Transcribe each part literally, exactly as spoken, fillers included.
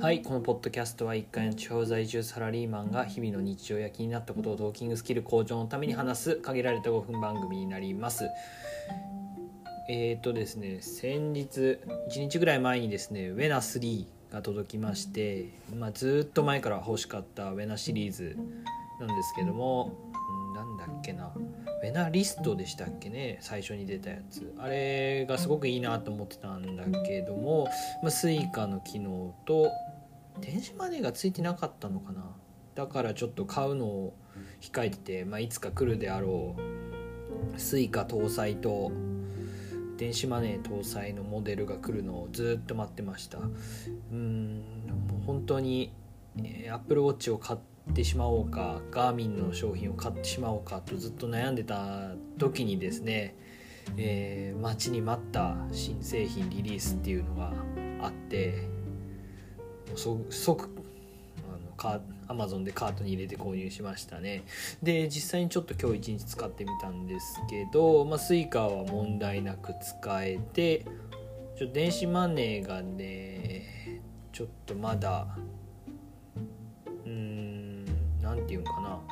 はい、このポッドキャストは一回の地方在住サラリーマンが日々の日常や気になったことをトーキングスキル向上のために話す限られたごふん番組になります。えーとですね、先日いちにちぐらい前にですね、ウェナスリーが届きまして、まあ、ずっと前から欲しかったウェナシリーズなんですけども、なんだっけな、ウェナリストでしたっけね、最初に出たやつ、あれがすごくいいなと思ってたんだけども、まあ、スイカの機能と電子マネーがついてなかったのかな。だからちょっと買うのを控えてて、まあ、いつか来るであろうスイカ搭載と電子マネー搭載のモデルが来るのをずっと待ってました。うーんもう本当に、えー、Apple Watch を買ってしまおうか、ガーミンの商品を買ってしまおうかとずっと悩んでた時にですね、えー、待ちに待った新製品リリースっていうのがあって、即あのAmazonでカートに入れて購入しましたね。で実際にちょっと今日一日使ってみたんですけど、まあ、スイカは問題なく使えて、ちょ電子マネーがねちょっとまだうーんなんていうんかな、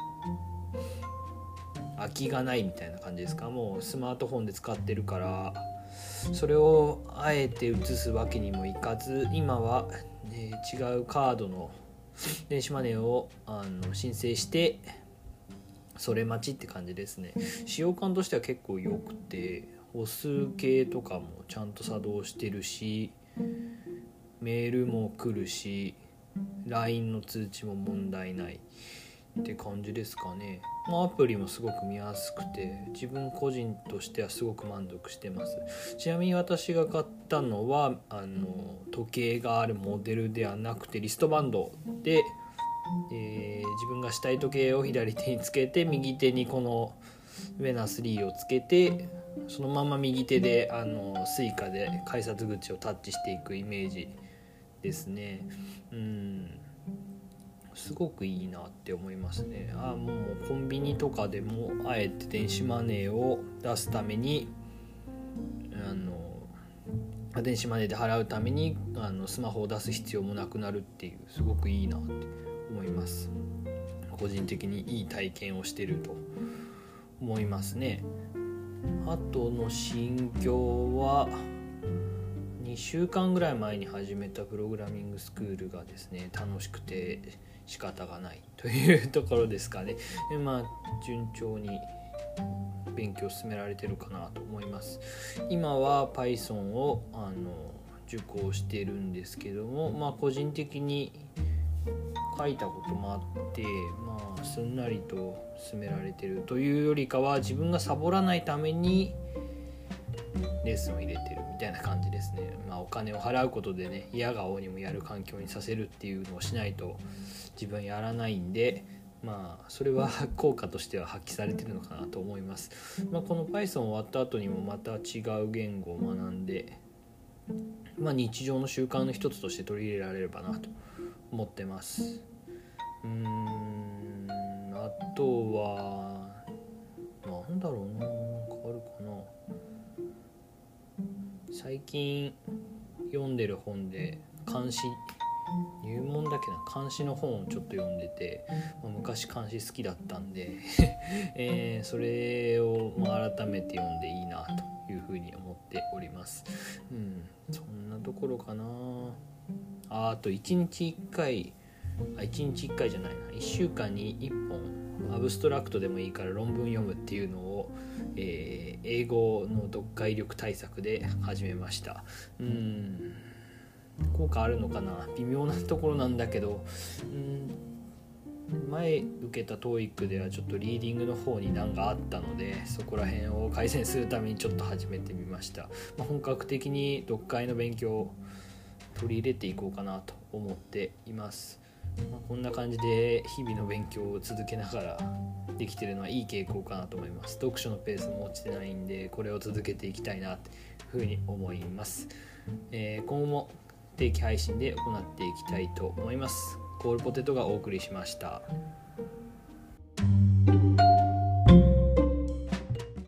空きがないみたいな感じですか。もうスマートフォンで使ってるからそれをあえて移すわけにもいかず、今は、ね、違うカードの電子マネーをあの申請してそれ待ちって感じですね。使用感としては結構良くて、歩数計とかもちゃんと作動してるし、メールも来るし、 ライン の通知も問題ないって感じですかね。まあ、アプリもすごく見やすくて、自分個人としてはすごく満足してます。ちなみに私が買ったのはあの時計があるモデルではなくてリストバンドで、えー、自分がしたい時計を左手につけて右手にこのウェナスリーをつけて、そのまま右手であのスイカで改札口をタッチしていくイメージですね。うんすごくいいなって思いますね。あもうコンビニとかでもあえて電子マネーを出すためにあの電子マネーで払うためにあのスマホを出す必要もなくなるっていう、すごくいいなって思います。個人的にいい体験をしていると思いますね。あとの心境はにしゅうかんぐらい前に始めたプログラミングスクールがですね、楽しくて仕方がないというところですかね。でまあ順調に勉強を進められてるかなと思います。今は Python をあの受講しているんですけども、まあ個人的に書いたこともあって、まあすんなりと進められてるというよりかは、自分がサボらないためにレッスンを入れてるみたいな感じですね。まあお金を払うことでね、嫌顔にもやる環境にさせるっていうのをしないと自分やらないんで、まあそれは効果としては発揮されてるのかなと思います。まあ、この Python 終わった後にもまた違う言語を学んで、まあ、日常の習慣の一つとして取り入れられればなと思ってます。うーんあとはなんだろうな、なんかあるかな。最近読んでる本で漢詩入門だけな漢詩の本をちょっと読んでて、まあ、昔漢詩好きだったんで、えー、それをまあ改めて読んでいいなというふうに思っております。うん、そんなところかな。あ, あといちにちいっかいあいちにちいっかいじゃないないっしゅうかんにいっぽんアブストラクトでもいいから論文読むっていうのを、えー、英語の読解力対策で始めました。うーん効果あるのかな、微妙なところなんだけど、うん前受けた トーイック ではちょっとリーディングの方に難があったので、そこら辺を改善するためにちょっと始めてみました。まあ、本格的に読解の勉強を取り入れていこうかなと思っています。まあ、こんな感じで日々の勉強を続けながらできてるのはいい傾向かなと思います。読書のペースも落ちてないんで、これを続けていきたいなというふうに思います。えー、今後も定期配信で行っていきたいと思います。コールポテトがお送りしました。